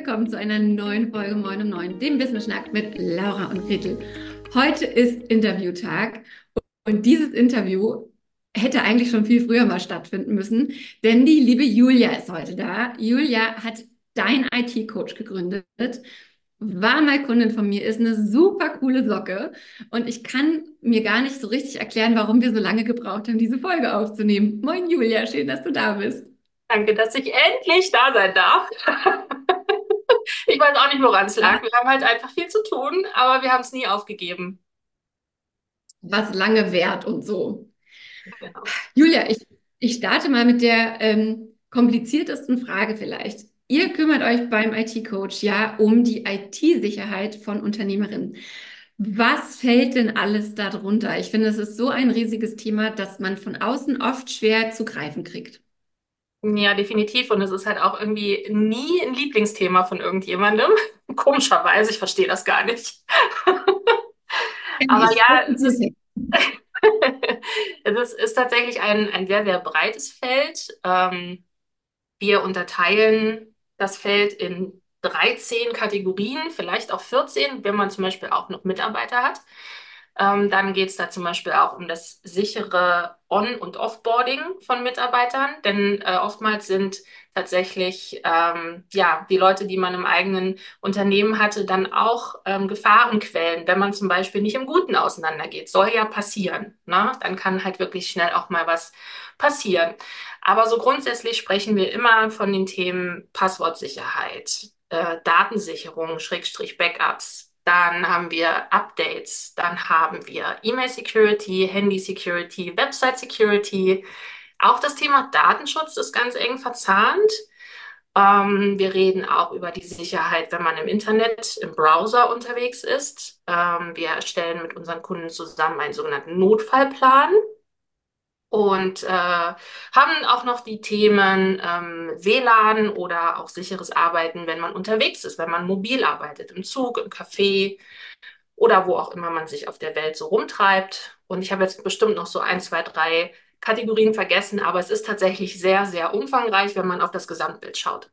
willkommen zu einer neuen Folge Moin um 9, dem Business Schnack mit Laura und Gretel. Heute ist Interviewtag und dieses Interview hätte eigentlich schon viel früher mal stattfinden müssen, denn die liebe Julia ist heute da. Julia hat Dein IT-Coach gegründet, war mal Kundin von mir, ist eine super coole Socke und ich kann mir gar nicht so richtig erklären, warum wir so lange gebraucht haben, diese Folge aufzunehmen. Moin Julia, schön, dass du da bist. Danke, dass ich endlich da sein darf. Ich weiß auch nicht, woran es lag. Wir haben halt einfach viel zu tun, aber wir haben es nie aufgegeben. Was lange währt und so. Genau. Julia, ich starte mal mit der kompliziertesten Frage vielleicht. Ihr kümmert euch beim IT-Coach ja um die IT-Sicherheit von Unternehmerinnen. Was fällt denn alles darunter? Ich finde, es ist so ein riesiges Thema, dass man von außen oft schwer zu greifen kriegt. Ja, definitiv. Und es ist halt auch irgendwie nie ein Lieblingsthema von irgendjemandem. Komischerweise, ich verstehe das gar nicht. Aber Ich ja, es kompliziert. ist, es ist tatsächlich ein sehr, sehr breites Feld. Wir unterteilen das Feld in 13 Kategorien, vielleicht auch 14, wenn man zum Beispiel auch noch Mitarbeiter hat. Dann geht es da zum Beispiel auch um das sichere On- und Offboarding von Mitarbeitern, denn oftmals sind tatsächlich ja die Leute, die man im eigenen Unternehmen hatte, dann auch Gefahrenquellen, wenn man zum Beispiel nicht im Guten auseinandergeht. Soll ja passieren, ne? Dann kann halt wirklich schnell auch mal was passieren. Aber so grundsätzlich sprechen wir immer von den Themen Passwortsicherheit, Datensicherung, Schrägstrich Backups. Dann haben wir Updates, dann haben wir E-Mail-Security, Handy-Security, Website-Security. Auch das Thema Datenschutz ist ganz eng verzahnt. Wir reden auch über die Sicherheit, wenn man im Internet, im Browser unterwegs ist. Wir erstellen mit unseren Kunden zusammen einen sogenannten Notfallplan und haben auch noch die Themen WLAN oder auch sicheres Arbeiten, wenn man unterwegs ist, wenn man mobil arbeitet, im Zug, im Café oder wo auch immer man sich auf der Welt so rumtreibt. Und ich habe jetzt bestimmt noch so ein, zwei, drei Kategorien vergessen, aber es ist tatsächlich sehr, sehr umfangreich, wenn man auf das Gesamtbild schaut.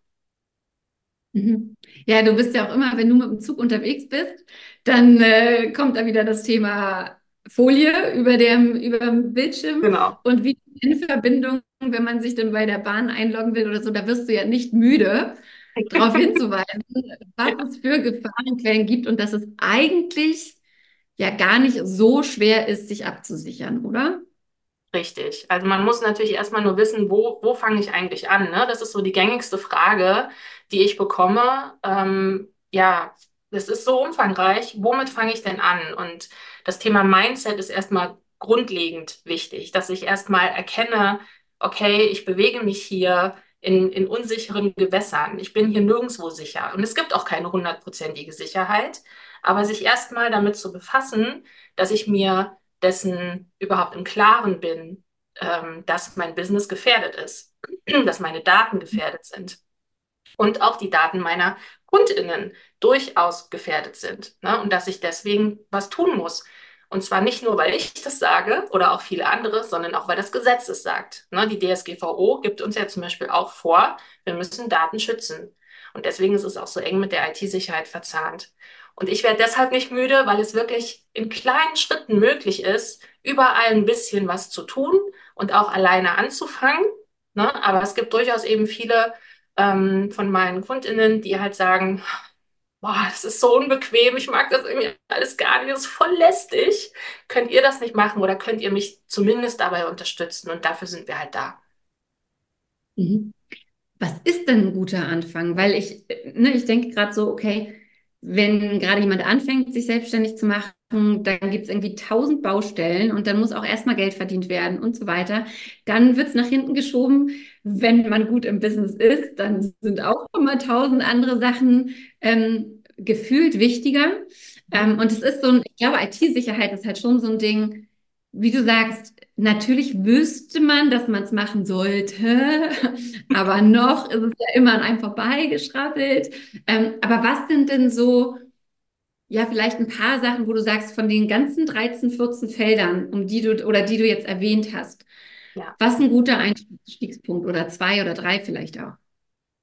Mhm. Ja, du bist ja auch immer, wenn du mit dem Zug unterwegs bist, dann kommt da wieder das Thema Folie über dem Bildschirm Genau. und wie in Verbindung, wenn man sich dann bei der Bahn einloggen will oder so, da wirst du ja nicht müde, darauf hinzuweisen, was Ja. es für Gefahrenquellen gibt und dass es eigentlich ja gar nicht so schwer ist, sich abzusichern, oder? Richtig. Also man muss natürlich erstmal nur wissen, wo fange ich eigentlich an, ne? Das ist so die gängigste Frage, die ich bekomme. Ja, das ist so umfangreich. Womit fange ich denn an? Und das Thema Mindset ist erstmal grundlegend wichtig, dass ich erstmal erkenne, okay, ich bewege mich hier in unsicheren Gewässern. Ich bin hier nirgendwo sicher. Und es gibt auch keine hundertprozentige Sicherheit. Aber sich erstmal damit zu befassen, dass ich mir dessen überhaupt im Klaren bin, dass mein Business gefährdet ist, dass meine Daten gefährdet sind und auch die Daten meiner KundInnen durchaus gefährdet sind, ne? Und dass ich deswegen was tun muss. Und zwar nicht nur, weil ich das sage oder auch viele andere, sondern auch, weil das Gesetz es sagt. Ne? Die DSGVO gibt uns ja zum Beispiel auch vor, wir müssen Daten schützen. Und deswegen ist es auch so eng mit der IT-Sicherheit verzahnt. Und ich werde deshalb nicht müde, weil es wirklich in kleinen Schritten möglich ist, überall ein bisschen was zu tun und auch alleine anzufangen. Ne? Aber es gibt durchaus eben viele von meinen KundInnen, die halt sagen, boah, das ist so unbequem, ich mag das irgendwie alles gar nicht, das ist voll lästig. Könnt ihr das nicht machen oder könnt ihr mich zumindest dabei unterstützen? Und dafür sind wir halt da. Mhm. Was ist denn ein guter Anfang? Weil ich denke gerade so, okay, wenn gerade jemand anfängt, sich selbstständig zu machen, dann gibt es irgendwie 1000 Baustellen und dann muss auch erstmal Geld verdient werden und so weiter. Dann wird es nach hinten geschoben. Wenn man gut im Business ist, dann sind auch immer 1000 andere Sachen gefühlt wichtiger. Und es ist so ein, ich glaube, IT-Sicherheit ist halt schon so ein Ding, wie du sagst, natürlich wüsste man, dass man es machen sollte, aber noch ist es ja immer an einem vorbeigeschrabbelt. Aber was sind denn so, ja, vielleicht ein paar Sachen, wo du sagst, von den ganzen 13, 14 Feldern, die du jetzt erwähnt hast, Ja. was ein guter Einstiegspunkt oder zwei oder drei vielleicht auch?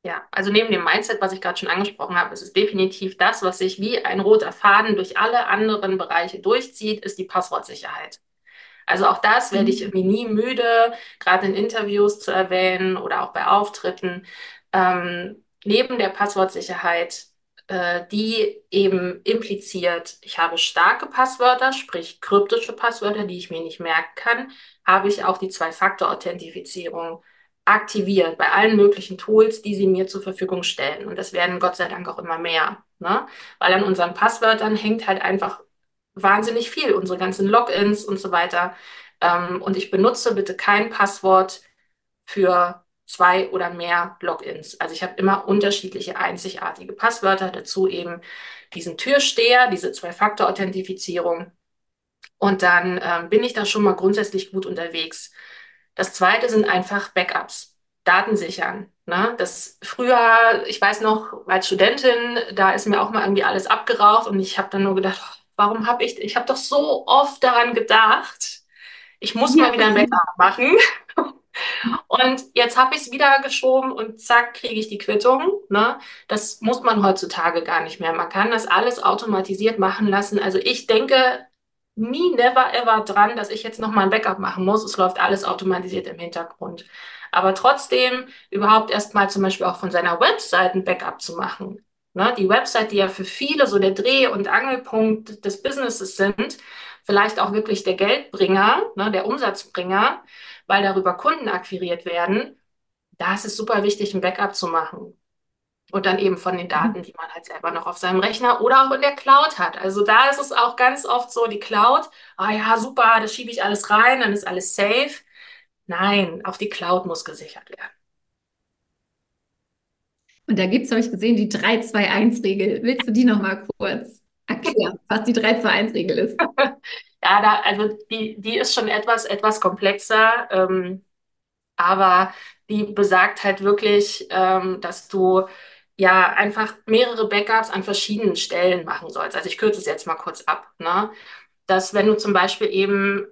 Ja, also neben dem Mindset, was ich gerade schon angesprochen habe, ist es definitiv das, was sich wie ein roter Faden durch alle anderen Bereiche durchzieht, ist die Passwortsicherheit. Also auch das werde ich Mhm. irgendwie nie müde, gerade in Interviews zu erwähnen oder auch bei Auftritten. Neben der Passwortsicherheit, die eben impliziert, ich habe starke Passwörter, sprich kryptische Passwörter, die ich mir nicht merken kann, habe ich auch die Zwei-Faktor-Authentifizierung aktiviert bei allen möglichen Tools, die sie mir zur Verfügung stellen. Und das werden Gott sei Dank auch immer mehr, ne? Weil an unseren Passwörtern hängt halt einfach wahnsinnig viel, unsere ganzen Logins und so weiter. Und ich benutze bitte kein Passwort für zwei oder mehr Logins. Also ich habe immer unterschiedliche einzigartige Passwörter, dazu eben diesen Türsteher, diese Zwei-Faktor-Authentifizierung. Und dann bin ich da schon mal grundsätzlich gut unterwegs. Das zweite sind einfach Backups, Daten sichern. Ne? Das früher, ich weiß noch, als Studentin, da ist mir auch mal irgendwie alles abgeraucht und ich habe dann nur gedacht, oh, ich habe doch so oft daran gedacht, ich muss mal Ja. wieder ein Backup machen. Und jetzt habe ich es wieder geschoben und zack, kriege ich die Quittung. Ne? Das muss man heutzutage gar nicht mehr. Man kann das alles automatisiert machen lassen. Also ich denke nie, never, ever dran, dass ich jetzt nochmal ein Backup machen muss. Es läuft alles automatisiert im Hintergrund. Aber trotzdem überhaupt erstmal zum Beispiel auch von seiner Website ein Backup zu machen. Ne? Die Website, die ja für viele so der Dreh- und Angelpunkt des Businesses sind, vielleicht auch wirklich der Geldbringer, ne, der Umsatzbringer, weil darüber Kunden akquiriert werden, da ist es super wichtig, ein Backup zu machen. Und dann eben von den Daten, die man halt selber noch auf seinem Rechner oder auch in der Cloud hat. Also da ist es auch ganz oft so, die Cloud, ah ja, super, das schiebe ich alles rein, dann ist alles safe. Nein, auch die Cloud muss gesichert werden. Und da gibt es, habe ich gesehen, die 3-2-1-Regel. Willst du die noch mal kurz erklären, was die 3-2-1-Regel ist? Ja, also die ist schon etwas komplexer, aber die besagt halt wirklich, dass du ja einfach mehrere Backups an verschiedenen Stellen machen sollst. Also ich kürze es jetzt mal kurz ab, ne? Dass wenn du zum Beispiel eben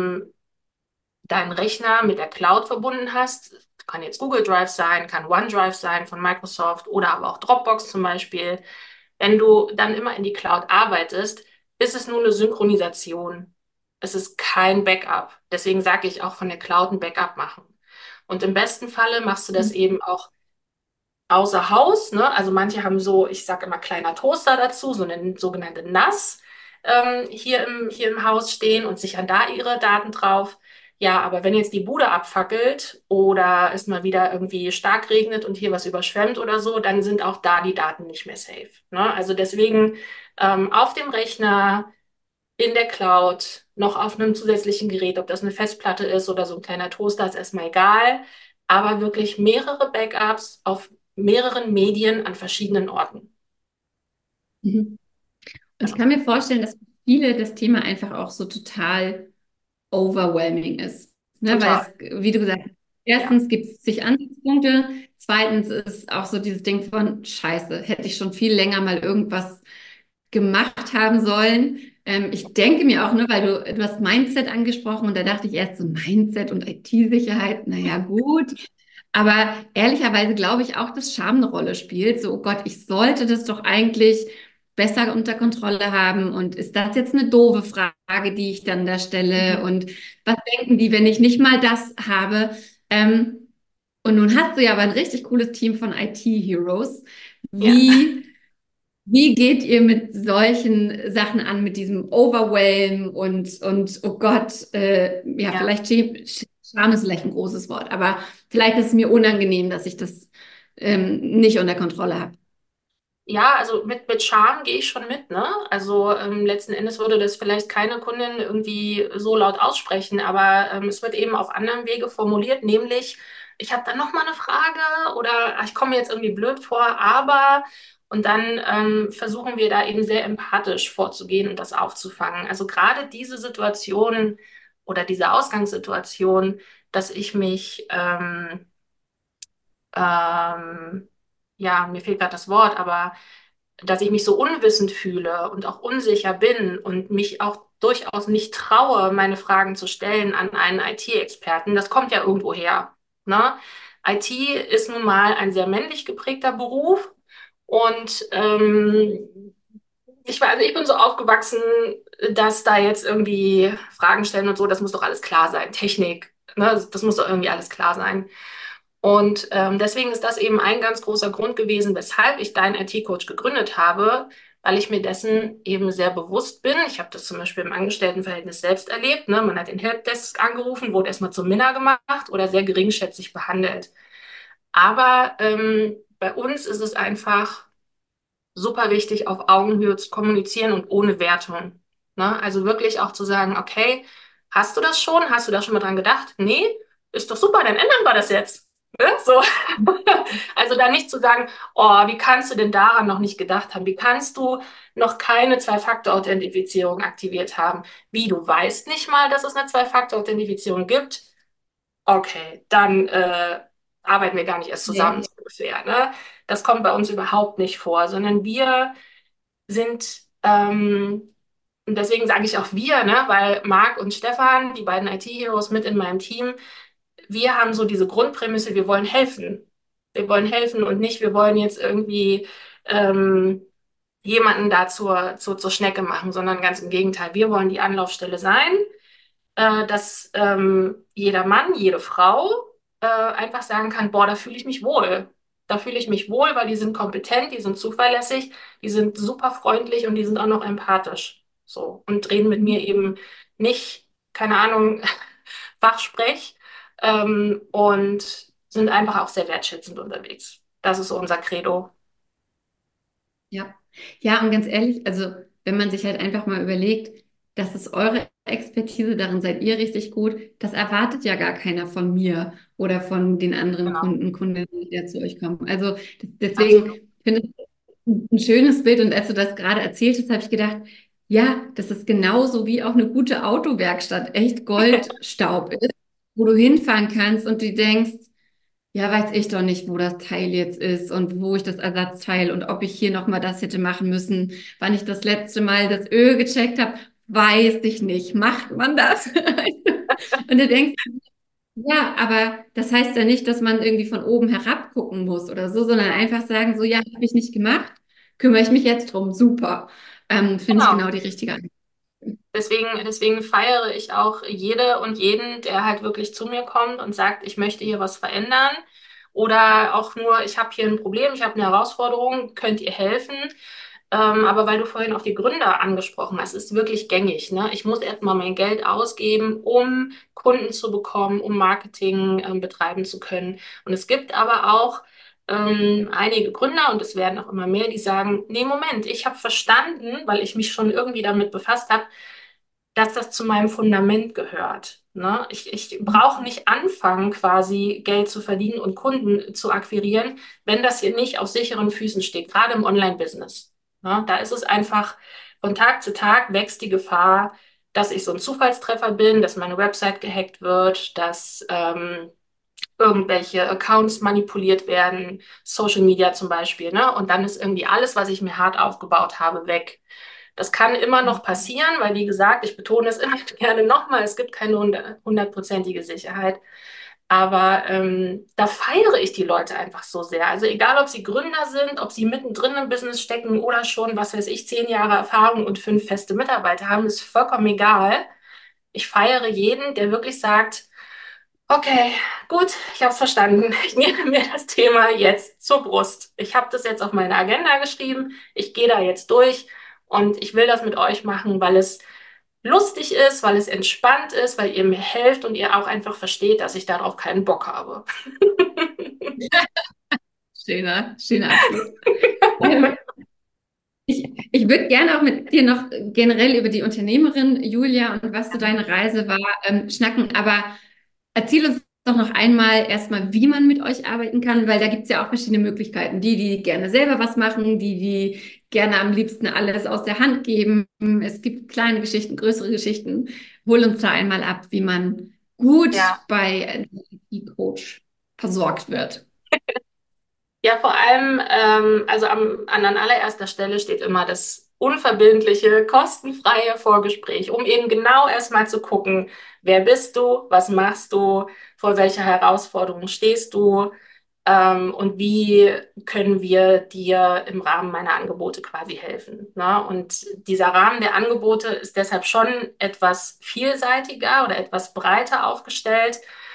deinen Rechner mit der Cloud verbunden hast, kann jetzt Google Drive sein, kann OneDrive sein von Microsoft oder aber auch Dropbox zum Beispiel. Wenn du dann immer in die Cloud arbeitest, ist es nur eine Synchronisation. Es ist kein Backup. Deswegen sage ich auch von der Cloud ein Backup machen. Und im besten Falle machst du das eben auch außer Haus, ne? Also manche haben so, ich sage immer kleiner Toaster dazu, so eine sogenannte NAS hier im Haus stehen und sichern da ihre Daten drauf. Ja, aber wenn jetzt die Bude abfackelt oder es mal wieder irgendwie stark regnet und hier was überschwemmt oder so, dann sind auch da die Daten nicht mehr safe. Ne? Also deswegen auf dem Rechner, in der Cloud, noch auf einem zusätzlichen Gerät, ob das eine Festplatte ist oder so ein kleiner Toaster, ist erstmal egal. Aber wirklich mehrere Backups auf mehreren Medien an verschiedenen Orten. Mhm. Und ich Ja, kann mir vorstellen, dass für viele das Thema einfach auch so total overwhelming ist. Ne? Weil total. es, wie du gesagt hast, Ja. erstens gibt es zig Ansatzpunkte, zweitens ist auch so dieses Ding von Scheiße, hätte ich schon viel länger mal irgendwas gemacht haben sollen. Ich denke mir auch, ne, weil du hast Mindset angesprochen und da dachte ich erst so Mindset und IT-Sicherheit, naja, gut. Aber ehrlicherweise glaube ich auch, dass Scham eine Rolle spielt. So, oh Gott, ich sollte das doch eigentlich besser unter Kontrolle haben. Und ist das jetzt eine doofe Frage, die ich dann da stelle? Mhm. Und was denken die, wenn ich nicht mal das habe? Und nun hast du ja aber ein richtig cooles Team von IT-Heroes. Ja. Wie geht ihr mit solchen Sachen an, mit diesem Overwhelm und oh Gott, ja, Ja. vielleicht Scham ist vielleicht ein großes Wort, aber vielleicht ist es mir unangenehm, dass ich das nicht unter Kontrolle habe. Ja, also mit Charme gehe ich schon mit, ne? Also letzten Endes würde das vielleicht keine Kundin irgendwie so laut aussprechen, aber es wird eben auf anderem Wege formuliert, nämlich, ich habe dann noch mal eine Frage oder ich komme mir jetzt irgendwie blöd vor, aber und dann versuchen wir da eben sehr empathisch vorzugehen und das aufzufangen. Also gerade diese Situation oder diese Ausgangssituation, dass ich mich ja, mir fehlt gerade das Wort, aber dass ich mich so unwissend fühle und auch unsicher bin und mich auch durchaus nicht traue, meine Fragen zu stellen an einen IT-Experten, das kommt ja irgendwo her. Ne? IT ist nun mal ein sehr männlich geprägter Beruf und also ich bin so aufgewachsen, dass da jetzt irgendwie Fragen stellen und so, das muss doch alles klar sein. Technik, ne, das muss doch irgendwie alles klar sein. Und deswegen ist das eben ein ganz großer Grund gewesen, weshalb ich Dein IT-Coach gegründet habe, weil ich mir dessen eben sehr bewusst bin. Ich habe das zum Beispiel im Angestelltenverhältnis selbst erlebt. Ne? Man hat den Helpdesk angerufen, wurde erstmal zum Minner gemacht oder sehr geringschätzig behandelt. Aber bei uns ist es einfach super wichtig, auf Augenhöhe zu kommunizieren und ohne Wertung. Ne? Also wirklich auch zu sagen, okay, hast du das schon? Hast du da schon mal dran gedacht? Nee, ist doch super, dann ändern wir das jetzt. Ne? So. Also da nicht zu sagen, oh, wie kannst du denn daran noch nicht gedacht haben? Wie kannst du noch keine Zwei-Faktor-Authentifizierung aktiviert haben? Wie, du weißt nicht mal, dass es eine Zwei-Faktor-Authentifizierung gibt? Okay, dann arbeiten wir gar nicht erst zusammen, Nee. so ungefähr. Ne? Das kommt bei uns überhaupt nicht vor, sondern wir sind, und deswegen sage ich auch wir, ne, weil Marc und Stefan, die beiden IT-Heroes mit in meinem Team, wir haben so diese Grundprämisse, wir wollen helfen. Wir wollen helfen und nicht, wir wollen jetzt irgendwie ähm, jemanden da zur Schnecke machen, sondern ganz im Gegenteil. Wir wollen die Anlaufstelle sein, dass jeder Mann, jede Frau einfach sagen kann, boah, da fühle ich mich wohl. Da fühle ich mich wohl, weil die sind kompetent, die sind zuverlässig, die sind super freundlich und die sind auch noch empathisch. So. Und reden mit mir eben nicht, keine Ahnung, Fachsprech, und sind einfach auch sehr wertschätzend unterwegs. Das ist so unser Credo. Ja. Ja, und ganz ehrlich, also wenn man sich halt einfach mal überlegt, das ist eure Expertise, darin seid ihr richtig gut, das erwartet ja gar keiner von mir oder von den anderen Genau, Kunden, Kundinnen, die da zu euch kommen. Also absolut. deswegen finde ich ein schönes Bild und als du das gerade erzählt hast, habe ich gedacht, ja, das ist genauso wie auch eine gute Autowerkstatt echt Goldstaub ist, wo du hinfahren kannst und du denkst, ja, weiß ich doch nicht, wo das Teil jetzt ist und wo ich das Ersatzteil und ob ich hier nochmal das hätte machen müssen. Wann ich das letzte Mal das Öl gecheckt habe, weiß ich nicht. Macht man das? Und du denkst, ja, aber das heißt ja nicht, dass man irgendwie von oben herab gucken muss oder so, sondern einfach sagen, so, ja, habe ich nicht gemacht, kümmere ich mich jetzt drum. Super. Finde ich Genau. genau die richtige Antwort. Deswegen feiere ich auch jede und jeden, der halt wirklich zu mir kommt und sagt, ich möchte hier was verändern. Oder auch nur, ich habe hier ein Problem, ich habe eine Herausforderung, könnt ihr helfen? Aber weil du vorhin auch die Gründer angesprochen hast, ist wirklich gängig, ne? Ich muss erstmal mein Geld ausgeben, um Kunden zu bekommen, um Marketing, betreiben zu können. Und es gibt aber auch einige Gründer, und es werden auch immer mehr, die sagen, nee, Moment, ich habe verstanden, weil ich mich schon irgendwie damit befasst habe, dass das zu meinem Fundament gehört. Ne? Ich brauche nicht anfangen, quasi Geld zu verdienen und Kunden zu akquirieren, wenn das hier nicht auf sicheren Füßen steht, gerade im Online-Business. Ne? Da ist es einfach, von Tag zu Tag wächst die Gefahr, dass ich so ein Zufallstreffer bin, dass meine Website gehackt wird, dass irgendwelche Accounts manipuliert werden, Social Media zum Beispiel, ne? Und dann ist irgendwie alles, was ich mir hart aufgebaut habe, weg. Das kann immer noch passieren, weil wie gesagt, ich betone es immer gerne nochmal, es gibt keine hundertprozentige Sicherheit. Aber da feiere ich die Leute einfach so sehr. Also egal, ob sie Gründer sind, ob sie mittendrin im Business stecken oder schon, was weiß ich, 10 Jahre Erfahrung und 5 feste Mitarbeiter haben, ist vollkommen egal. Ich feiere jeden, der wirklich sagt, okay, gut, ich habe es verstanden. Ich nehme mir das Thema jetzt zur Brust. Ich habe das jetzt auf meine Agenda geschrieben. Ich gehe da jetzt durch und ich will das mit euch machen, weil es lustig ist, weil es entspannt ist, weil ihr mir helft und ihr auch einfach versteht, dass ich darauf keinen Bock habe. Schöner Abschluss. Ähm, ich würde gerne auch mit dir noch generell über die Unternehmerin Julia und was so deine Reise war, schnacken. Aber erzähl uns doch noch einmal erstmal, wie man mit euch arbeiten kann, weil da gibt es ja auch verschiedene Möglichkeiten. Die gerne selber was machen, die gerne am liebsten alles aus der Hand geben. Es gibt kleine Geschichten, größere Geschichten. Hol uns da einmal ab, wie man gut Ja. bei IT-Coach versorgt wird. Ja, vor allem, also an allererster Stelle steht immer das unverbindliche, kostenfreie Vorgespräch, um eben genau erstmal zu gucken, wer bist du, was machst du, vor welcher Herausforderung stehst du, und wie können wir dir im Rahmen meiner Angebote quasi helfen. Ne? Und dieser Rahmen der Angebote ist deshalb schon etwas vielseitiger oder etwas breiter aufgestellt,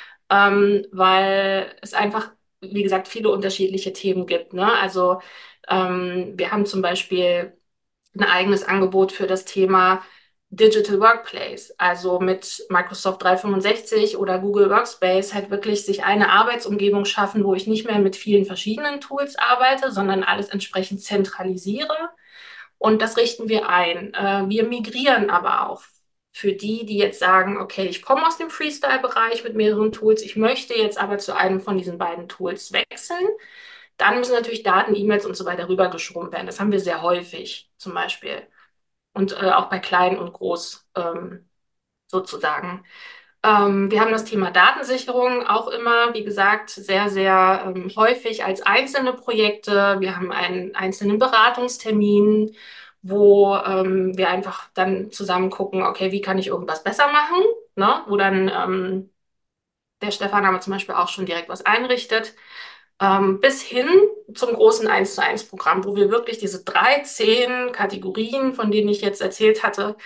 weil es einfach, wie gesagt, viele unterschiedliche Themen gibt. Ne? Also wir haben zum Beispiel ein eigenes Angebot für das Thema Digital Workplace, also mit Microsoft 365 oder Google Workspace halt wirklich sich eine Arbeitsumgebung schaffen, wo ich nicht mehr mit vielen verschiedenen Tools arbeite, sondern alles entsprechend zentralisiere. Und das richten wir ein. Wir migrieren aber auch für die, die jetzt sagen, okay, ich komme aus dem Freestyle-Bereich mit mehreren Tools, ich möchte jetzt aber zu einem von diesen beiden Tools wechseln. Dann müssen natürlich Daten, E-Mails und so weiter rübergeschoben werden. Das haben wir sehr häufig zum Beispiel. Und auch bei klein und groß sozusagen. Wir haben das Thema Datensicherung auch immer, wie gesagt, sehr, sehr häufig als einzelne Projekte. Wir haben einen einzelnen Beratungstermin, wo wir einfach dann zusammen gucken, okay, wie kann ich irgendwas besser machen, ne? Wo dann der Stefan aber zum Beispiel auch schon direkt was einrichtet, bis hin zum großen 1:1 Programm, wo wir wirklich diese 13 Kategorien, von denen ich jetzt erzählt hatte,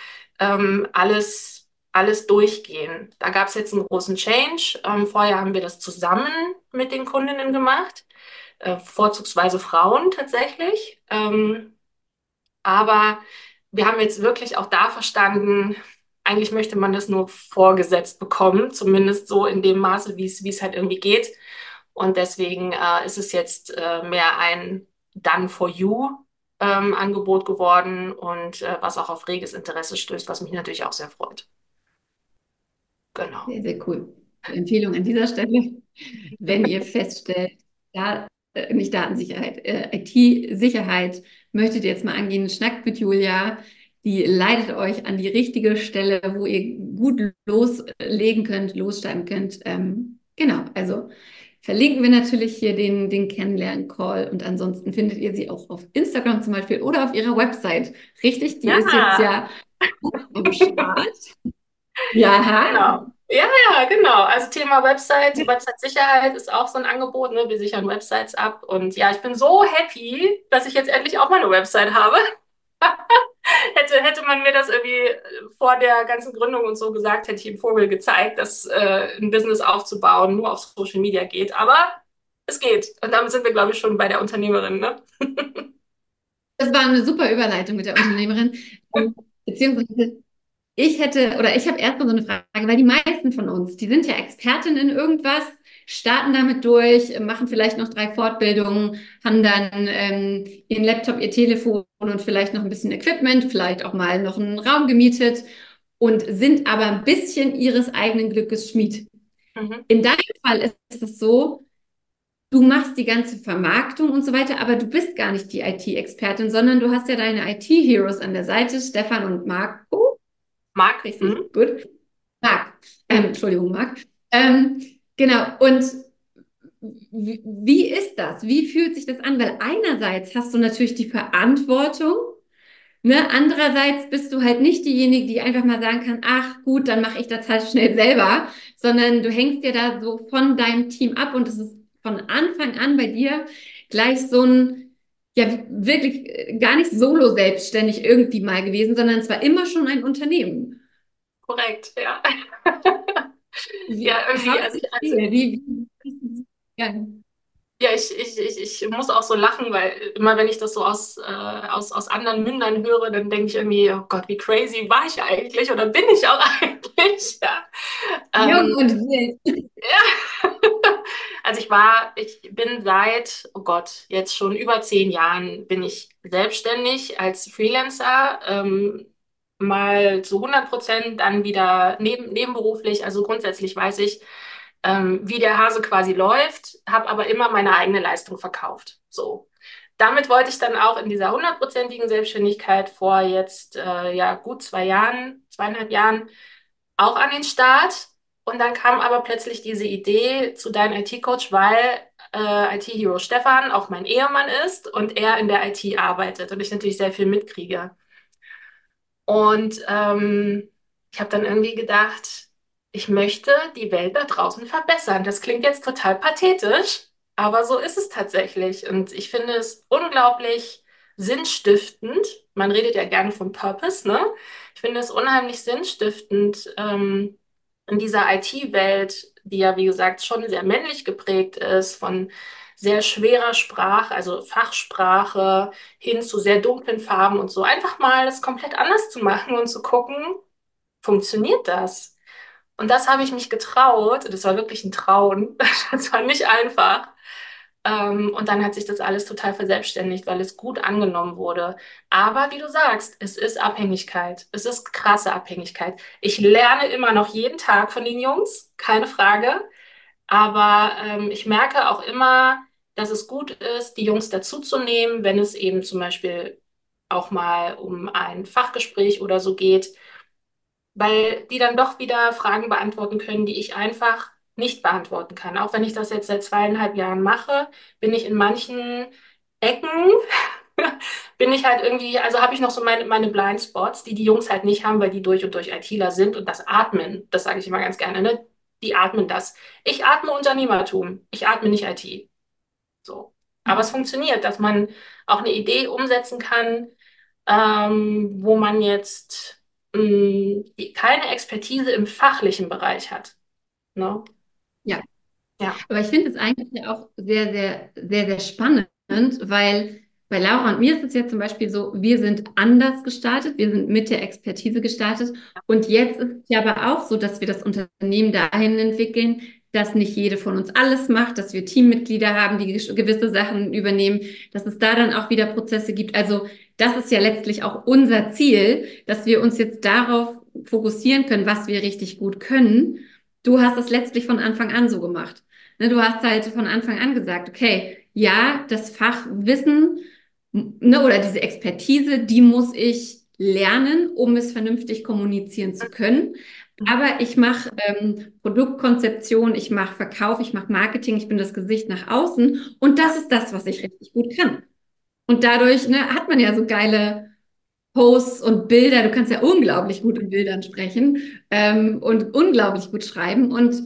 alles durchgehen. Da gab es jetzt einen großen Change. Vorher haben wir das zusammen mit den Kundinnen gemacht, vorzugsweise Frauen tatsächlich. Aber wir haben jetzt wirklich auch da verstanden, eigentlich möchte man das nur vorgesetzt bekommen, zumindest so in dem Maße, wie es halt irgendwie geht. Und deswegen ist es jetzt mehr ein Done for You Angebot geworden und was auch auf reges Interesse stößt, was mich natürlich auch sehr freut. Genau. Sehr, sehr cool. Empfehlung an dieser Stelle, wenn ihr feststellt, da, nicht Datensicherheit, IT-Sicherheit möchtet ihr jetzt mal angehen, schnackt mit Julia. Die leitet euch an die richtige Stelle, wo ihr gut loslegen könnt, losstarten könnt. Genau, also verlinken wir natürlich hier den Kennenlernen-Call und ansonsten findet ihr sie auch auf Instagram zum Beispiel oder auf ihrer Website. Richtig, die ist jetzt Ja, ja am Start. Ja, genau. Ja, ja, genau. Also Thema Website, Website-Sicherheit ist auch so ein Angebot, ne? Wir sichern Websites ab. Und ja, ich bin so happy, dass ich jetzt endlich auch mal eine Website habe. Hätte man mir das irgendwie vor der ganzen Gründung und so gesagt, hätte ich im Vogel gezeigt, dass ein Business aufzubauen nur auf Social Media geht. Aber es geht. Und damit sind wir, glaube ich, schon bei der Unternehmerin, ne? das war eine super Überleitung mit der Unternehmerin. Beziehungsweise ich habe erst mal so eine Frage, weil die meisten von uns, die sind ja Expertin in irgendwas, starten damit durch, machen vielleicht noch 3 Fortbildungen, haben dann ihren Laptop, ihr Telefon und vielleicht noch ein bisschen Equipment, vielleicht auch mal noch einen Raum gemietet und sind aber ein bisschen ihres eigenen Glückes Schmied. Mhm. In deinem Fall ist es so, du machst die ganze Vermarktung und so weiter, aber du bist gar nicht die IT-Expertin, sondern du hast ja deine IT-Heroes an der Seite, Stefan und Marco. Marc? Mhm. Richtig, gut. Marc, Entschuldigung, Marc. Genau, und wie ist das? Wie fühlt sich das an? Weil einerseits hast du natürlich die Verantwortung, ne? Andererseits bist du halt nicht diejenige, die einfach mal sagen kann, ach gut, dann mache ich das halt schnell selber, sondern du hängst dir da so von deinem Team ab und es ist von Anfang an bei dir gleich so ein, ja, wirklich gar nicht solo selbstständig irgendwie mal gewesen, sondern es war immer schon ein Unternehmen. Korrekt, ja. Ja, Wie, irgendwie, how does also it feel? Ja. ja, ich muss auch so lachen, weil immer wenn ich das so aus anderen Mündern höre, dann denke ich irgendwie, oh Gott, wie crazy war ich eigentlich oder bin ich auch eigentlich? Ja. Jung Ähm, und wild. ja. Also ich bin seit, oh Gott, jetzt schon über 10 Jahren bin ich selbstständig als Freelancer, mal zu 100%, dann wieder nebenberuflich. Also grundsätzlich weiß ich, wie der Hase quasi läuft, habe aber immer meine eigene Leistung verkauft. So. Damit wollte ich dann auch in dieser 100%igen Selbstständigkeit vor jetzt ja gut 2 Jahren, 2,5 Jahren auch an den Start. Und dann kam aber plötzlich diese Idee zu deinem IT-Coach, weil IT-Hero Stefan auch mein Ehemann ist und er in der IT arbeitet und ich natürlich sehr viel mitkriege. Und ich habe dann irgendwie gedacht, ich möchte die Welt da draußen verbessern. Das klingt jetzt total pathetisch, aber so ist es tatsächlich. Und ich finde es unglaublich sinnstiftend. Man redet ja gerne vom Purpose, ne? Ich finde es unheimlich sinnstiftend, in dieser IT-Welt, die ja, wie gesagt, schon sehr männlich geprägt ist, von sehr schwerer Sprache, also Fachsprache hin zu sehr dunklen Farben und so. Einfach mal das komplett anders zu machen und zu gucken, funktioniert das? Und das habe ich mich getraut. Das war wirklich ein Trauen. Das war nicht einfach. Und dann hat sich das alles total verselbstständigt, weil es gut angenommen wurde. Aber wie du sagst, es ist Abhängigkeit. Es ist krasse Abhängigkeit. Ich lerne immer noch jeden Tag von den Jungs, keine Frage. Aber ich merke auch immer, dass es gut ist, die Jungs dazuzunehmen, wenn es eben zum Beispiel auch mal um ein Fachgespräch oder so geht, weil die dann doch wieder Fragen beantworten können, die ich einfach nicht beantworten kann. Auch wenn ich das jetzt seit 2,5 Jahren mache, bin ich in manchen Ecken, bin ich halt irgendwie, also habe ich noch so meine Blindspots, die die Jungs halt nicht haben, weil die durch und durch ITler sind und das Atmen, das sage ich immer ganz gerne, ne? Die atmen das. Ich atme Unternehmertum, ich atme nicht IT. So. Aber es funktioniert, dass man auch eine Idee umsetzen kann, wo man jetzt keine Expertise im fachlichen Bereich hat. Ne? Ja. Ja. Aber ich finde es eigentlich ja auch sehr, sehr, sehr, sehr spannend, weil bei Laura und mir ist es ja zum Beispiel so, wir sind anders gestartet, wir sind mit der Expertise gestartet und jetzt ist es ja aber auch so, dass wir das Unternehmen dahin entwickeln, dass nicht jede von uns alles macht, dass wir Teammitglieder haben, die gewisse Sachen übernehmen, dass es da dann auch wieder Prozesse gibt. Also das ist ja letztlich auch unser Ziel, dass wir uns jetzt darauf fokussieren können, was wir richtig gut können. Du hast das letztlich von Anfang an so gemacht. Ne, du hast halt von Anfang an gesagt, okay, ja, das Fachwissen, ne, oder diese Expertise, die muss ich lernen, um es vernünftig kommunizieren zu können. Aber ich mache Produktkonzeption, ich mache Verkauf, ich mache Marketing, ich bin das Gesicht nach außen und das ist das, was ich richtig gut kann. Und dadurch, ne, hat man ja so geile Posts und Bilder. Du kannst ja unglaublich gut in Bildern sprechen und unglaublich gut schreiben. Und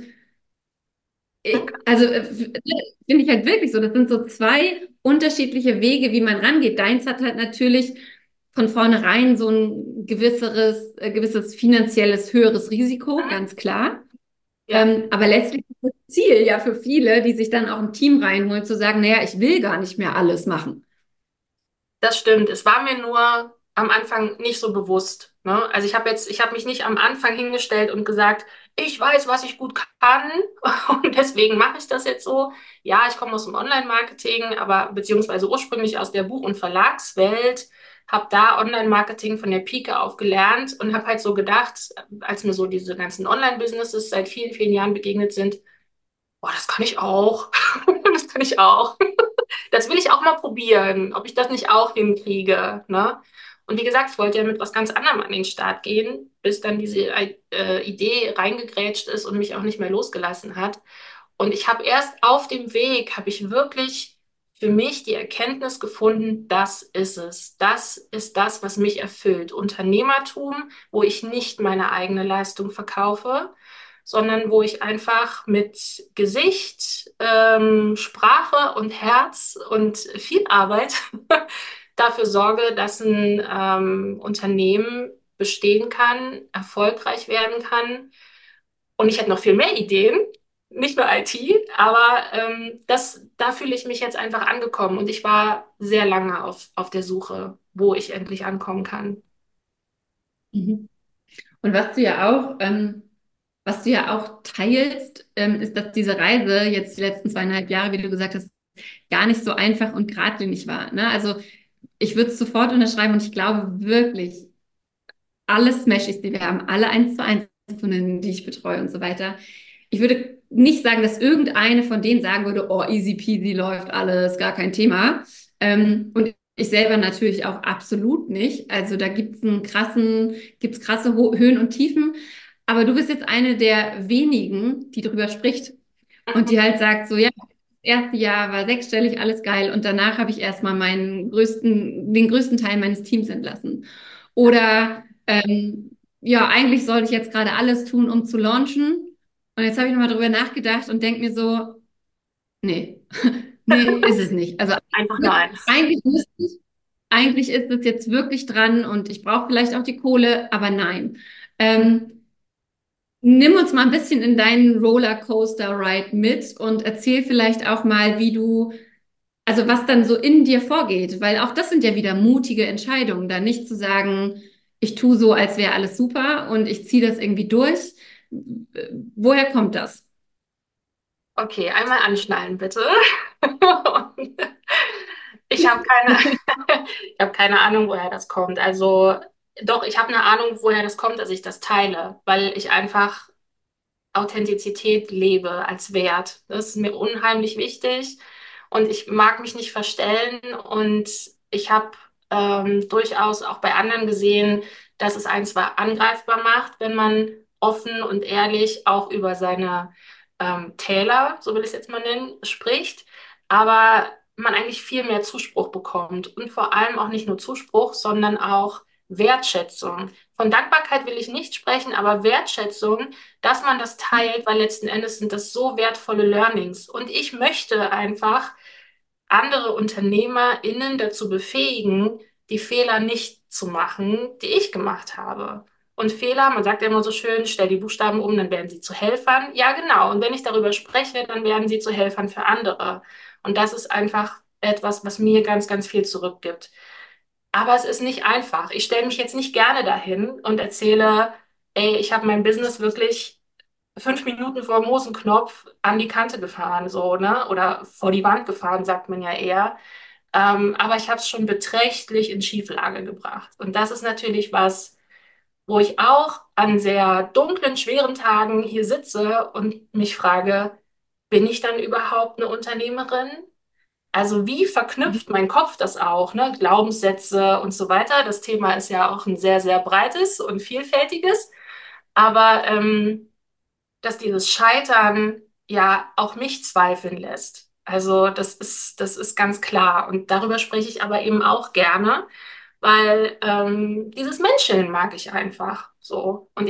also finde ich halt wirklich so, das sind so zwei unterschiedliche Wege, wie man rangeht. Deins hat halt natürlich von vornherein so ein gewisses finanzielles höheres Risiko, Mhm. ganz klar. Ja. Aber letztlich ist das Ziel ja für viele, die sich dann auch ein Team reinholen, zu sagen, naja, ich will gar nicht mehr alles machen. Das stimmt. Es war mir nur am Anfang nicht so bewusst. Ne? Also ich habe mich nicht am Anfang hingestellt und gesagt, ich weiß, was ich gut kann und deswegen mache ich das jetzt so. Ja, ich komme aus dem Online-Marketing, aber beziehungsweise ursprünglich aus der Buch- und Verlagswelt, habe da Online-Marketing von der Pike auf gelernt und habe halt so gedacht, als mir so diese ganzen Online-Businesses seit vielen, vielen Jahren begegnet sind, boah, das kann ich auch. Das kann ich auch. Das will ich auch mal probieren, ob ich das nicht auch hinkriege, ne? Und wie gesagt, ich wollte ja mit was ganz anderem an den Start gehen, bis dann diese Idee reingegrätscht ist und mich auch nicht mehr losgelassen hat. Und ich habe erst auf dem Weg, habe ich wirklich für mich die Erkenntnis gefunden, das ist es. Das ist das, was mich erfüllt. Unternehmertum, wo ich nicht meine eigene Leistung verkaufe, sondern wo ich einfach mit Gesicht, Sprache und Herz und viel Arbeit dafür sorge, dass ein Unternehmen bestehen kann, erfolgreich werden kann. Und ich hätte noch viel mehr Ideen, nicht nur IT, aber da fühle ich mich jetzt einfach angekommen und ich war sehr lange auf der Suche, wo ich endlich ankommen kann. Mhm. Und was du ja auch teilst, ist, dass diese Reise jetzt die letzten 2,5 Jahre, wie du gesagt hast, gar nicht so einfach und geradlinig war. Ne? Also ich würde es sofort unterschreiben und ich glaube wirklich, alle Smashies, die wir haben, alle 1:1 Kunden, die ich betreue und so weiter. Ich würde nicht sagen, dass irgendeine von denen sagen würde, oh, easy peasy läuft alles, gar kein Thema. Und ich selber natürlich auch absolut nicht. Also da gibt's krasse Höhen und Tiefen. Aber du bist jetzt eine der wenigen, die darüber spricht und die halt sagt so, ja, das erste Jahr war sechsstellig, alles geil. Und danach habe ich erstmal den größten Teil meines Teams entlassen. Oder Ja, eigentlich sollte ich jetzt gerade alles tun, um zu launchen. Und jetzt habe ich nochmal drüber nachgedacht und denke mir so, nee, nee, ist es nicht. Also Einfach nein. eigentlich müsste ich, eigentlich ist es jetzt wirklich dran und ich brauche vielleicht auch die Kohle, aber nein. Nimm uns mal ein bisschen in deinen Rollercoaster-Ride mit und erzähl vielleicht auch mal, wie du, also was dann so in dir vorgeht, weil auch das sind ja wieder mutige Entscheidungen, da nicht zu sagen, ich tue so, als wäre alles super und ich ziehe das irgendwie durch. Woher kommt das? Okay, einmal anschnallen bitte. Und ich habe keine, ich habe keine Ahnung, woher das kommt. Also doch, ich habe eine Ahnung, woher das kommt, dass ich das teile, weil ich einfach Authentizität lebe als Wert. Das ist mir unheimlich wichtig und ich mag mich nicht verstellen und ich habe durchaus auch bei anderen gesehen, dass es einen zwar angreifbar macht, wenn man offen und ehrlich auch über seine Täler, so will ich es jetzt mal nennen, spricht, aber man eigentlich viel mehr Zuspruch bekommt und vor allem auch nicht nur Zuspruch, sondern auch Wertschätzung. Von Dankbarkeit will ich nicht sprechen, aber Wertschätzung, dass man das teilt, weil letzten Endes sind das so wertvolle Learnings. Und ich möchte einfach andere UnternehmerInnen dazu befähigen, die Fehler nicht zu machen, die ich gemacht habe. Und Fehler, man sagt ja immer so schön, stell die Buchstaben um, dann werden sie zu Helfern. Ja, genau. Und wenn ich darüber spreche, dann werden sie zu Helfern für andere. Und das ist einfach etwas, was mir ganz, ganz viel zurückgibt. Aber es ist nicht einfach. Ich stelle mich jetzt nicht gerne dahin und erzähle, ey, ich habe mein Business wirklich 5 Minuten vor dem Hosenknopf an die Kante gefahren, so, ne? Oder vor die Wand gefahren, sagt man ja eher. Aber ich habe es schon beträchtlich in Schieflage gebracht. Und das ist natürlich was, wo ich auch an sehr dunklen, schweren Tagen hier sitze und mich frage, bin ich dann überhaupt eine Unternehmerin? Also wie verknüpft mein Kopf das auch, ne? Glaubenssätze und so weiter. Das Thema ist ja auch ein sehr, sehr breites und vielfältiges. Aber dass dieses Scheitern ja auch mich zweifeln lässt. Also das ist ganz klar. Und darüber spreche ich aber eben auch gerne, weil dieses Menscheln mag ich einfach so. Und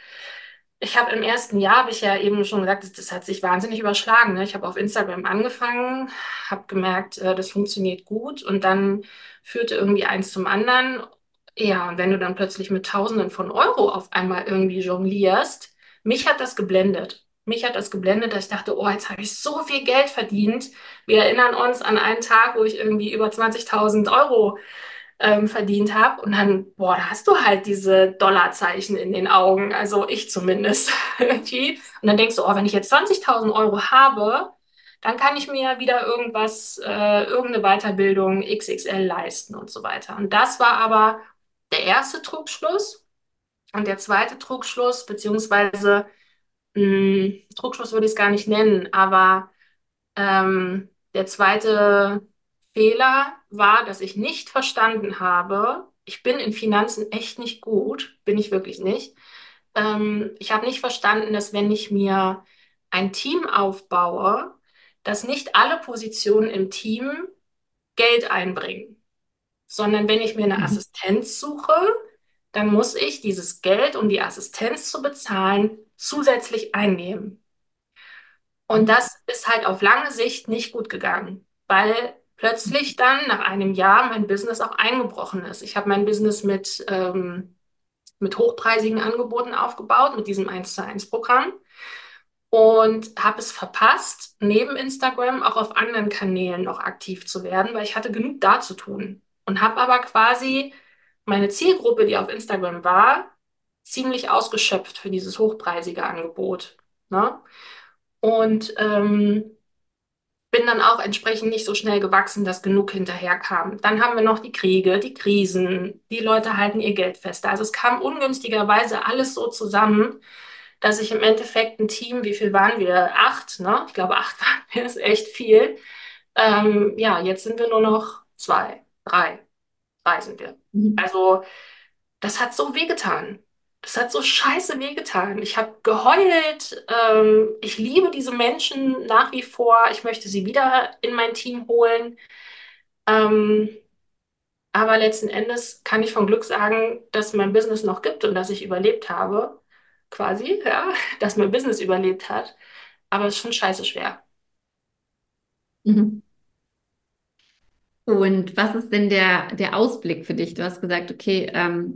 ich habe im ersten Jahr, habe ich ja eben schon gesagt, das hat sich wahnsinnig überschlagen. Ne? Ich habe auf Instagram angefangen, habe gemerkt, das funktioniert gut und dann führte irgendwie eins zum anderen. Ja, und wenn du dann plötzlich mit Tausenden von Euro auf einmal irgendwie jonglierst, mich hat das geblendet. Mich hat das geblendet, dass ich dachte, oh, jetzt habe ich so viel Geld verdient. Wir erinnern uns an einen Tag, wo ich irgendwie über 20.000 Euro verdient habe. Und dann, boah, da hast du halt diese Dollarzeichen in den Augen. Also ich zumindest irgendwie. Und dann denkst du, oh, wenn ich jetzt 20.000 Euro habe, dann kann ich mir wieder irgendwas, irgendeine Weiterbildung XXL leisten und so weiter. Und das war aber der erste Trugschluss. Und der zweite Trugschluss, beziehungsweise Trugschluss würde ich es gar nicht nennen, aber der zweite Fehler war, dass ich nicht verstanden habe, ich bin in Finanzen echt nicht gut, bin ich wirklich nicht. Ich habe nicht verstanden, dass wenn ich mir ein Team aufbaue, dass nicht alle Positionen im Team Geld einbringen, sondern wenn ich mir eine Mhm. Assistenz suche, dann muss ich dieses Geld, um die Assistenz zu bezahlen, zusätzlich einnehmen. Und Mhm. das ist halt auf lange Sicht nicht gut gegangen, weil plötzlich dann nach einem Jahr mein Business auch eingebrochen ist. Ich habe mein Business mit hochpreisigen Angeboten aufgebaut, mit diesem 1:1 Programm und habe es verpasst, neben Instagram auch auf anderen Kanälen noch aktiv zu werden, weil ich hatte genug da zu tun und habe aber quasi meine Zielgruppe, die auf Instagram war, ziemlich ausgeschöpft für dieses hochpreisige Angebot. Ne? Und bin dann auch entsprechend nicht so schnell gewachsen, dass genug hinterherkam. Dann haben wir noch die Kriege, die Krisen, die Leute halten ihr Geld fester. Also es kam ungünstigerweise alles so zusammen, dass ich im Endeffekt ein Team, wie viel waren wir? 8, ne? Ich glaube, 8 waren wir, ist echt viel. Ja, jetzt sind wir nur noch 2, 3, 3 sind wir. Mhm. Also das hat so wehgetan. Das hat so scheiße wehgetan. Ich habe geheult. Ich liebe diese Menschen nach wie vor. Ich möchte sie wieder in mein Team holen. Ähm, Aber letzten Endes kann ich von Glück sagen, dass mein Business noch gibt und dass ich überlebt habe, quasi, ja, dass mein Business überlebt hat. Aber es ist schon scheiße schwer. Mhm. Und was ist denn der Ausblick für dich? Du hast gesagt, okay,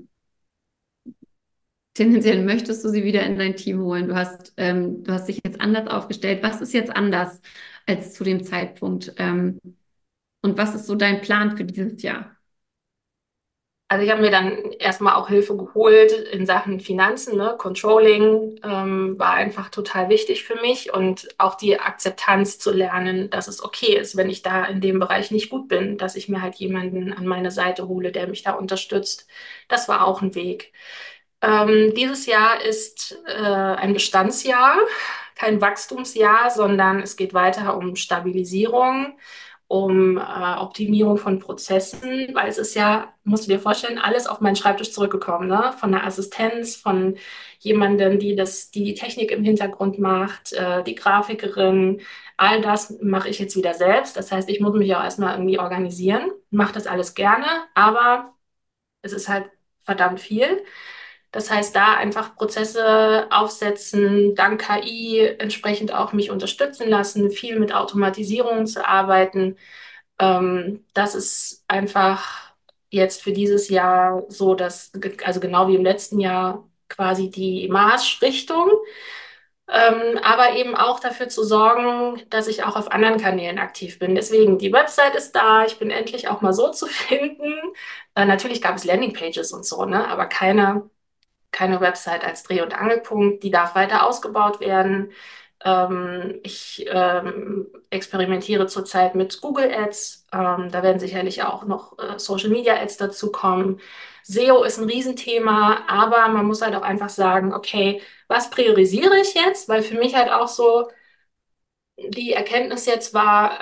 tendenziell möchtest du sie wieder in dein Team holen. Du hast dich jetzt anders aufgestellt. Was ist jetzt anders als zu dem Zeitpunkt? Und was ist so dein Plan für dieses Jahr? Also ich habe mir dann erstmal auch Hilfe geholt in Sachen Finanzen, ne? Controlling war einfach total wichtig für mich und auch die Akzeptanz zu lernen, dass es okay ist, wenn ich da in dem Bereich nicht gut bin, dass ich mir halt jemanden an meine Seite hole, der mich da unterstützt. Das war auch ein Weg. Dieses Jahr ist ein Bestandsjahr, kein Wachstumsjahr, sondern es geht weiter um Stabilisierung, um Optimierung von Prozessen, weil es ist ja, musst du dir vorstellen, alles auf meinen Schreibtisch zurückgekommen, ne? Von der Assistenz, von jemandem, die Technik im Hintergrund macht, die Grafikerin, all das mache ich jetzt wieder selbst. Das heißt, ich muss mich auch erstmal irgendwie organisieren, mache das alles gerne, aber es ist halt verdammt viel. Das heißt, da einfach Prozesse aufsetzen, dank KI entsprechend auch mich unterstützen lassen, viel mit Automatisierung zu arbeiten. Das ist einfach jetzt für dieses Jahr so, dass, also genau wie im letzten Jahr, quasi die Marschrichtung, aber eben auch dafür zu sorgen, dass ich auch auf anderen Kanälen aktiv bin. Deswegen, die Website ist da, ich bin endlich auch mal so zu finden. Natürlich gab es Landingpages und so, ne, aber keine Website als Dreh- und Angelpunkt. Die darf weiter ausgebaut werden. Ich experimentiere zurzeit mit Google Ads. Da werden sicherlich auch noch Social Media Ads dazu kommen. SEO ist ein Riesenthema, aber man muss halt auch einfach sagen, okay, was priorisiere ich jetzt? Weil für mich halt auch so die Erkenntnis jetzt war,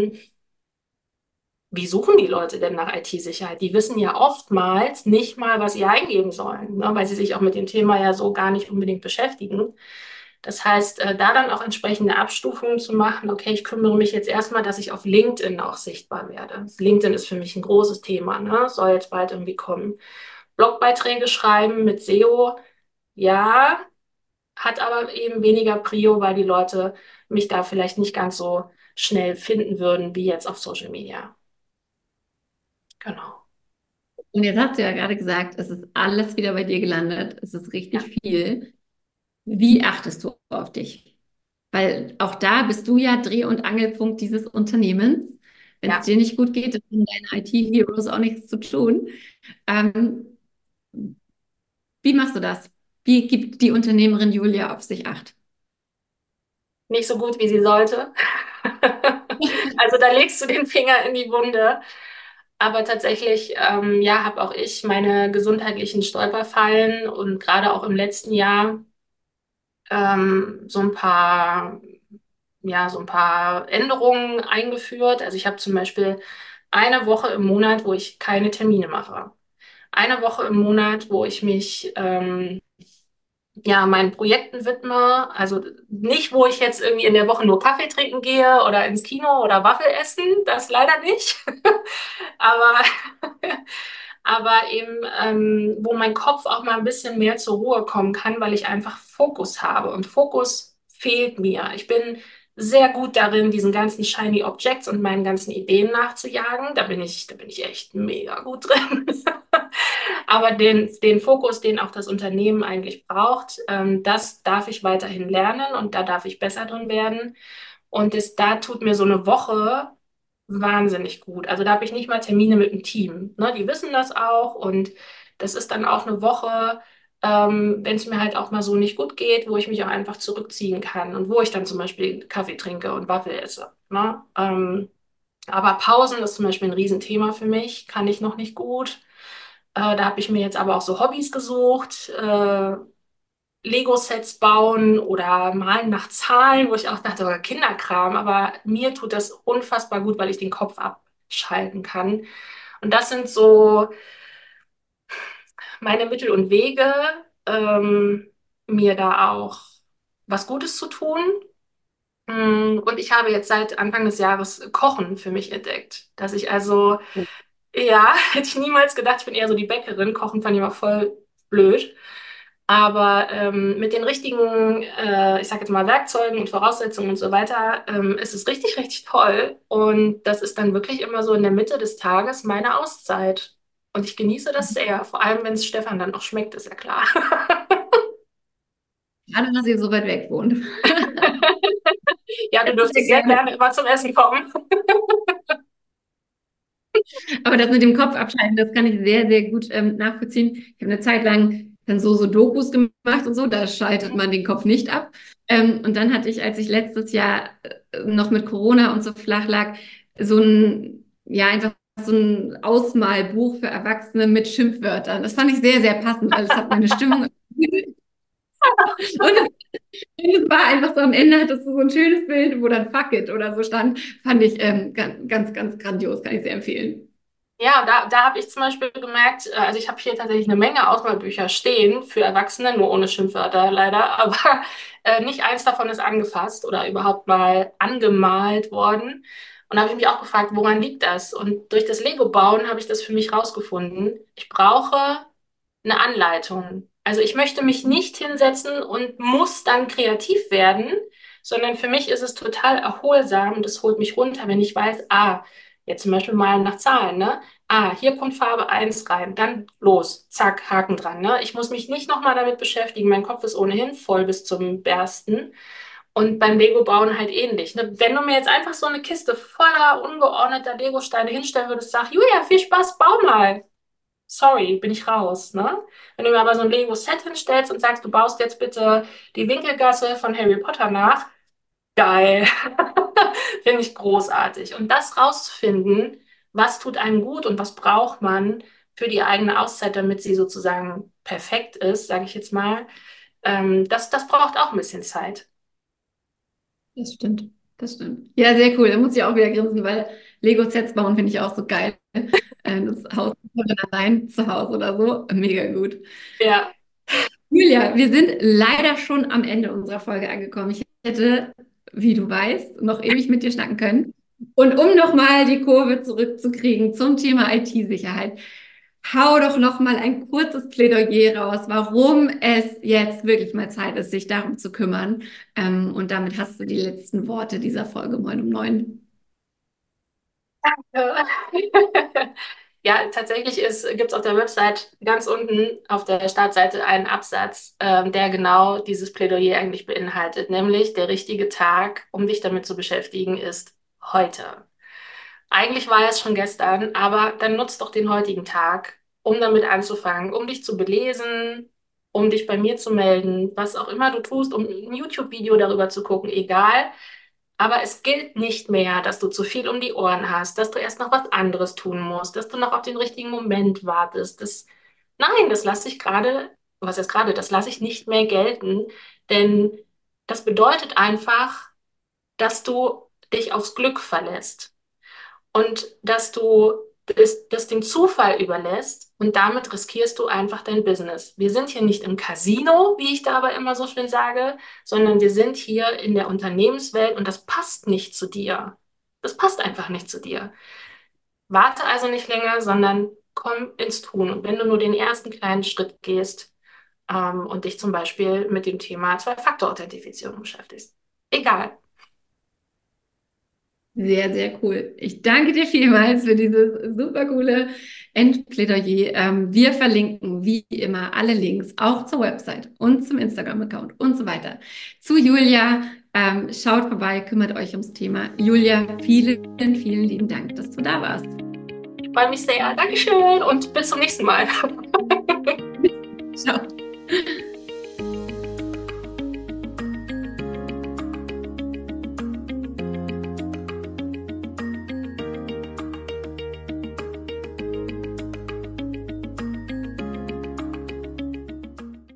wie suchen die Leute denn nach IT-Sicherheit? Die wissen ja oftmals nicht mal, was sie eingeben sollen, ne, weil sie sich auch mit dem Thema ja so gar nicht unbedingt beschäftigen. Das heißt, da dann auch entsprechende Abstufungen zu machen, okay, ich kümmere mich jetzt erstmal, dass ich auf LinkedIn auch sichtbar werde. LinkedIn ist für mich ein großes Thema, ne? Soll jetzt bald irgendwie kommen. Blogbeiträge schreiben mit SEO, ja, hat aber eben weniger Prio, weil die Leute mich da vielleicht nicht ganz so schnell finden würden wie jetzt auf Social Media. Genau. Und jetzt hast du ja gerade gesagt, es ist alles wieder bei dir gelandet. Es ist Ja. richtig viel. Wie achtest du auf dich? Weil auch da bist du ja Dreh- und Angelpunkt dieses Unternehmens. Wenn es Ja. dir nicht gut geht, dann haben deine IT-Heroes auch nichts zu tun. Ähm, Wie machst du das? Wie gibt die Unternehmerin Julia auf sich Acht? Nicht so gut, wie sie sollte. Also da legst du den Finger in die Wunde. Aber tatsächlich, ja, habe auch ich meine gesundheitlichen Stolperfallen und gerade auch im letzten Jahr so ein paar, ja, so ein paar Änderungen eingeführt. Also ich habe zum Beispiel eine Woche im Monat, wo ich keine Termine mache. Eine Woche im Monat, wo ich mich ja, meinen Projekten widme. Also nicht, wo ich jetzt irgendwie in der Woche nur Kaffee trinken gehe oder ins Kino oder Waffel essen, das leider nicht. Aber, aber eben, wo mein Kopf auch mal ein bisschen mehr zur Ruhe kommen kann, weil ich einfach Fokus habe. Und Fokus fehlt mir. Ich bin sehr gut darin, diesen ganzen Shiny Objects und meinen ganzen Ideen nachzujagen. Da bin ich echt mega gut drin. Aber den Fokus, den auch das Unternehmen eigentlich braucht, das darf ich weiterhin lernen und da darf ich besser drin werden. Und da tut mir so eine Woche wahnsinnig gut. Also da habe ich nicht mal Termine mit dem Team. Ne? Die wissen das auch und das ist dann auch eine Woche, wenn es mir halt auch mal so nicht gut geht, wo ich mich auch einfach zurückziehen kann und wo ich dann zum Beispiel Kaffee trinke und Waffel esse. Ne? Aber Pausen ist zum Beispiel ein Riesenthema für mich, kann ich noch nicht gut. Da habe ich mir jetzt aber auch so Hobbys gesucht, Lego-Sets bauen oder malen nach Zahlen, wo ich auch dachte, oh, Kinderkram, aber mir tut das unfassbar gut, weil ich den Kopf abschalten kann. Und das sind so meine Mittel und Wege, mir da auch was Gutes zu tun. Und ich habe jetzt seit Anfang des Jahres Kochen für mich entdeckt, dass ich also Ja, hätte ich niemals gedacht. Ich bin eher so die Bäckerin. Kochen fand ich immer voll blöd. Aber mit den richtigen, ich sag jetzt mal, Werkzeugen und Voraussetzungen und so weiter, ist es richtig, richtig toll. Und das ist dann wirklich immer so in der Mitte des Tages meine Auszeit. Und ich genieße das sehr. Vor allem, wenn es Stefan dann auch schmeckt, ist ja klar. Gerade, dass ihr so weit weg wohnt. Ja, du Sehr dürftest sehr gerne. gerne immer zum Essen kommen. Aber das mit dem Kopf abschalten, das kann ich sehr, sehr gut nachvollziehen. Ich habe eine Zeit lang dann so Dokus gemacht und so, da schaltet man den Kopf nicht ab. Und dann hatte ich, als ich letztes Jahr noch mit Corona und so flach lag, so ein, ja, einfach so ein Ausmalbuch für Erwachsene mit Schimpfwörtern. Das fand ich sehr, sehr passend, weil es hat meine Stimmung. Und es war einfach so, am Ende hattest du so ein schönes Bild, wo dann Fuck it oder so stand. Fand ich ganz, ganz grandios, kann ich sehr empfehlen. Ja, da habe ich zum Beispiel gemerkt, also ich habe hier tatsächlich eine Menge Ausmalbücher stehen für Erwachsene, nur ohne Schimpfwörter leider, aber nicht eins davon ist angefasst oder überhaupt mal angemalt worden. Und da habe ich mich auch gefragt, woran liegt das? Und durch das Lego-Bauen habe ich das für mich rausgefunden. Ich brauche eine Anleitung. Also ich möchte mich nicht hinsetzen und muss dann kreativ werden, sondern für mich ist es total erholsam und es holt mich runter, wenn ich weiß, jetzt zum Beispiel malen nach Zahlen, ne? Hier kommt Farbe eins rein, dann los, zack, Haken dran, ne? Ich muss mich nicht nochmal damit beschäftigen, mein Kopf ist ohnehin voll bis zum Bersten. Und beim Lego-Bauen halt ähnlich. Ne? Wenn du mir jetzt einfach so eine Kiste voller ungeordneter Lego-Steine hinstellen würdest, sag, Julia, viel Spaß, bau mal. Sorry, bin ich raus, ne? Wenn du mir aber so ein Lego-Set hinstellst und sagst, du baust jetzt bitte die Winkelgasse von Harry Potter nach, geil. Finde ich großartig. Und das rauszufinden, was tut einem gut und was braucht man für die eigene Auszeit, damit sie sozusagen perfekt ist, sage ich jetzt mal, das braucht auch ein bisschen Zeit. Das stimmt, das stimmt. Ja, sehr cool. Da muss ich auch wieder grinsen, weil Lego-Sets bauen finde ich auch so geil. Das Haus allein zu Hause oder so, mega gut. Ja. Julia, wir sind leider schon am Ende unserer Folge angekommen. Ich hätte, wie du weißt, noch ewig mit dir schnacken können. Und um nochmal die Kurve zurückzukriegen zum Thema IT-Sicherheit, hau doch nochmal ein kurzes Plädoyer raus, warum es jetzt wirklich mal Zeit ist, sich darum zu kümmern. Und damit hast du die letzten Worte dieser Folge Moin um 9. Ja, ja, tatsächlich gibt es auf der Website ganz unten auf der Startseite einen Absatz, der genau dieses Plädoyer eigentlich beinhaltet, nämlich der richtige Tag, um dich damit zu beschäftigen, ist heute. Eigentlich war es schon gestern, aber dann nutzt doch den heutigen Tag, um damit anzufangen, um dich zu belesen, um dich bei mir zu melden, was auch immer du tust, um ein YouTube-Video darüber zu gucken, egal. Aber es gilt nicht mehr, dass du zu viel um die Ohren hast, dass du erst noch was anderes tun musst, dass du noch auf den richtigen Moment wartest. Nein, das lasse ich gerade, was ist gerade, das lasse ich nicht mehr gelten, denn das bedeutet einfach, dass du dich aufs Glück verlässt und dass du das dem Zufall überlässt und damit riskierst du einfach dein Business. Wir sind hier nicht im Casino, wie ich da aber immer so schön sage, sondern wir sind hier in der Unternehmenswelt und das passt nicht zu dir. Das passt einfach nicht zu dir. Warte also nicht länger, sondern komm ins Tun. Und wenn du nur den ersten kleinen Schritt gehst, und dich zum Beispiel mit dem Thema Zwei-Faktor-Authentifizierung beschäftigst. Egal. Sehr, sehr cool. Ich danke dir vielmals für dieses super coole Endplädoyer. Wir verlinken wie immer alle Links auch zur Website und zum Instagram-Account und so weiter. Zu Julia, schaut vorbei, kümmert euch ums Thema. Julia, vielen, vielen lieben Dank, dass du da warst. Ich freue mich sehr. Dankeschön und bis zum nächsten Mal. Ciao.